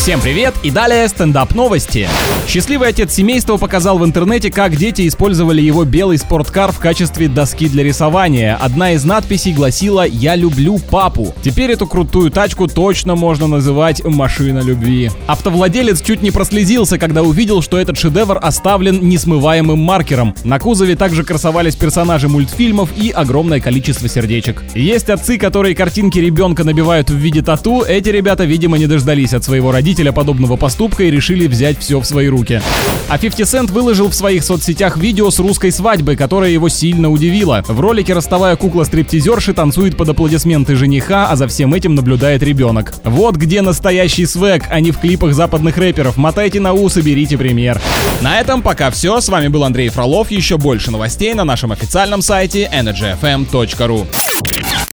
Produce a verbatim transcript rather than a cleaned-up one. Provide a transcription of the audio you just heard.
Всем привет и далее стендап новости. Счастливый отец семейства показал в интернете, как дети использовали его белый спорткар в качестве доски для рисования. Одна из надписей гласила «Я люблю папу». Теперь эту крутую тачку точно можно называть «машина любви». Автовладелец чуть не прослезился, когда увидел, что этот шедевр оставлен несмываемым маркером. На кузове также красовались персонажи мультфильмов и огромное количество сердечек. Есть отцы, которые картинки ребенка набивают в виде тату. Эти ребята, видимо, не дождались от своего родителя подобного поступка и решили взять все в свои руки. А фифти Cent выложил в своих соцсетях видео с русской свадьбы, которая его сильно удивила. В ролике ростовая кукла-стриптизерши танцует под аплодисменты жениха, а за всем этим наблюдает ребенок. Вот где настоящий свэг, а не в клипах западных рэперов. Мотайте на ус и берите пример. На этом пока все. С вами был Андрей Фролов. Еще больше новостей на нашем официальном сайте энерджи эф эм точка ру.